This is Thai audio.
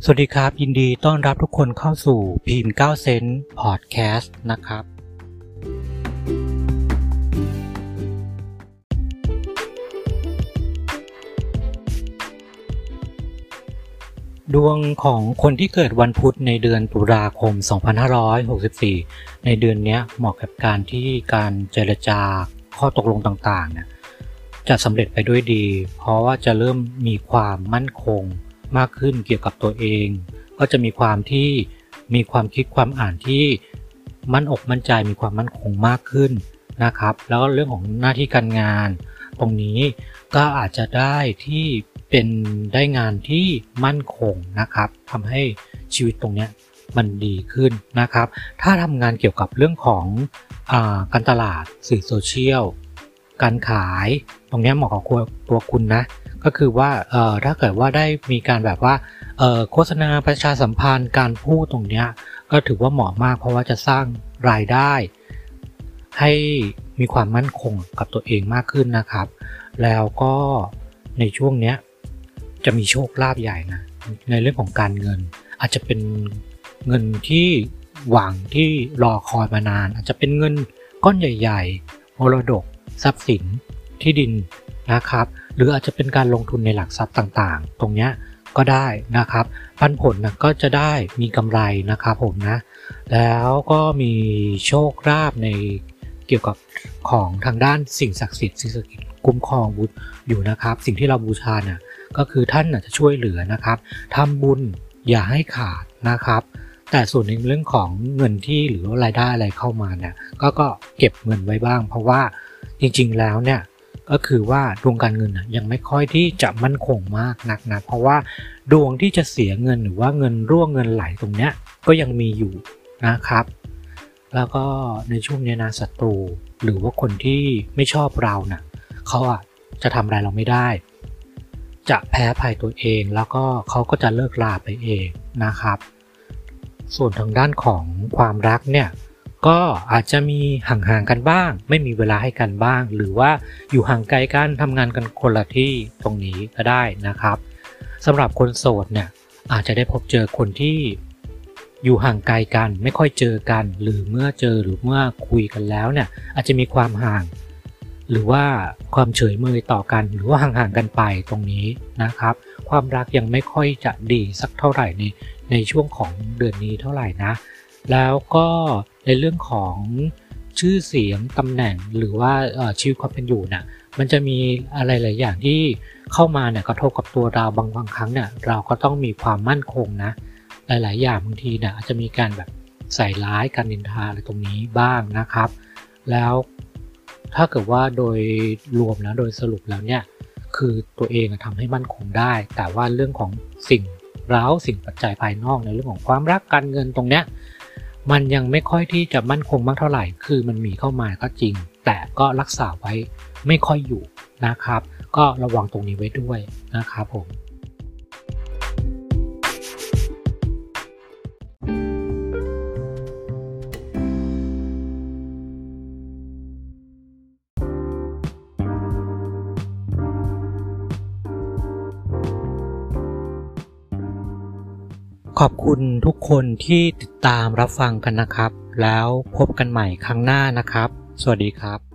สวัสดีครับยินดีต้อนรับทุกคนเข้าสู่พีม9เซนต์พอดแคสต์นะครับดวงของคนที่เกิดวันพุธในเดือนตุลาคม2564ในเดือนนี้เหมาะกับการที่การเจรจาข้อตกลงต่างๆเนี่ยจะสำเร็จไปด้วยดีเพราะว่าจะเริ่มมีความมั่นคงมากขึ้นเกี่ยวกับตัวเองก็จะมีความคิดความอ่านที่มั่นอกมั่นใจมีความมั่นคงมากขึ้นนะครับแล้วก็เรื่องของหน้าที่การงานตรงนี้ก็อาจจะได้ที่เป็นได้งานที่มั่นคงนะครับทำให้ชีวิตตรงนี้มันดีขึ้นนะครับถ้าทำงานเกี่ยวกับเรื่องของการตลาดสื่อโซเชียลการขายตรงนี้เหมาะกับตัวคุณนะก็คือว่าถ้าเกิดว่าได้มีการแบบว่าโฆษณาประชาสัมพันธ์การพูดตรงนี้ก็ถือว่าเหมาะมากเพราะว่าจะสร้างรายได้ให้มีความมั่นคงกับตัวเองมากขึ้นนะครับแล้วก็ในช่วงนี้จะมีโชคลาภใหญ่นะในเรื่องของการเงินอาจจะเป็นเงินที่หวังที่รอคอยมานานอาจจะเป็นเงินก้อนใหญ่ๆมรดกทรัพย์สินที่ดินนะครับหรืออาจจะเป็นการลงทุนในหลักทรัพย์ต่างๆตรงนี้ก็ได้นะครับปันผลนะก็จะได้มีกำไรนะครับผมนะแล้วก็มีโชคลาภในเกี่ยวกับของทางด้านสิ่งศักดิ์สิทธิ์คุ้มครองบุญอยู่นะครับสิ่งที่เราบูชาเนี่ยก็คือท่านจะช่วยเหลือนะครับทำบุญอย่าให้ขาดนะครับแต่ส่วนในเรื่องของเงินที่หรือรายได้อะไรเข้ามาเนี่ยก็เก็บเงินไว้บ้างเพราะว่าจริงๆแล้วเนี่ยก็คือว่าดวงการเงินยังไม่ค่อยที่จะมั่นคงมากนักนะเพราะว่าดวงที่จะเสียเงินหรือว่าเงินร่วงเงินไหลตรงเนี้ยก็ยังมีอยู่นะครับแล้วก็ในช่วงนี้นะศัตรูหรือว่าคนที่ไม่ชอบเรานะเขาจะทำอะไรเราไม่ได้จะแพ้ภัยตัวเองแล้วก็เขาก็จะเลิกลาไปเองนะครับส่วนทางด้านของความรักเนี่ยก็อาจจะมีห่างๆกันบ้างไม่มีเวลาให้กันบ้างหรือว่าอยู่ห่างไกลกันทำงานกันคนละที่ตรงนี้ก็ได้นะครับสำหรับคนโสดเนี่ยอาจจะได้พบเจอคนที่อยู่ห่างไกลกันไม่ค่อยเจอกันหรือเมื่อเจอหรือเมื่อคุยกันแล้วเนี่ยอาจจะมีความห่างหรือว่าความเฉยเมยต่อกันหรือว่าห่างๆกันไปตรงนี้นะครับความรักยังไม่ค่อยจะดีสักเท่าไหร่ในช่วงของเดือนนี้เท่าไหร่นะแล้วก็ในเรื่องของชื่อเสียงตำแหน่งหรือว่าชีวิตความเป็นอยู่น่ะมันจะมีอะไรหลายอย่างที่เข้ามาเนี่ยกระทบกับตัวเราบางครั้งเนี่ยเราก็ต้องมีความมั่นคงนะหลายๆอย่างบางทีเนี่ยอาจจะมีการแบบใส่ร้ายการนินทาอะไรตรงนี้บ้างนะครับแล้วถ้าเกิดว่าโดยรวมแล้วโดยสรุปแล้วเนี่ยคือตัวเองทำให้มั่นคงได้แต่ว่าเรื่องของสิ่งปัจจัยภายนอกในเรื่องของความรักการเงินตรงเนี้ยมันยังไม่ค่อยที่จะมั่นคงมากเท่าไหร่คือมันมีเข้ามาก็จริงแต่ก็รักษาไว้ไม่ค่อยอยู่นะครับก็ระวังตรงนี้ไว้ด้วยนะครับผมขอบคุณทุกคนที่ติดตามรับฟังกันนะครับแล้วพบกันใหม่ครั้งหน้านะครับสวัสดีครับ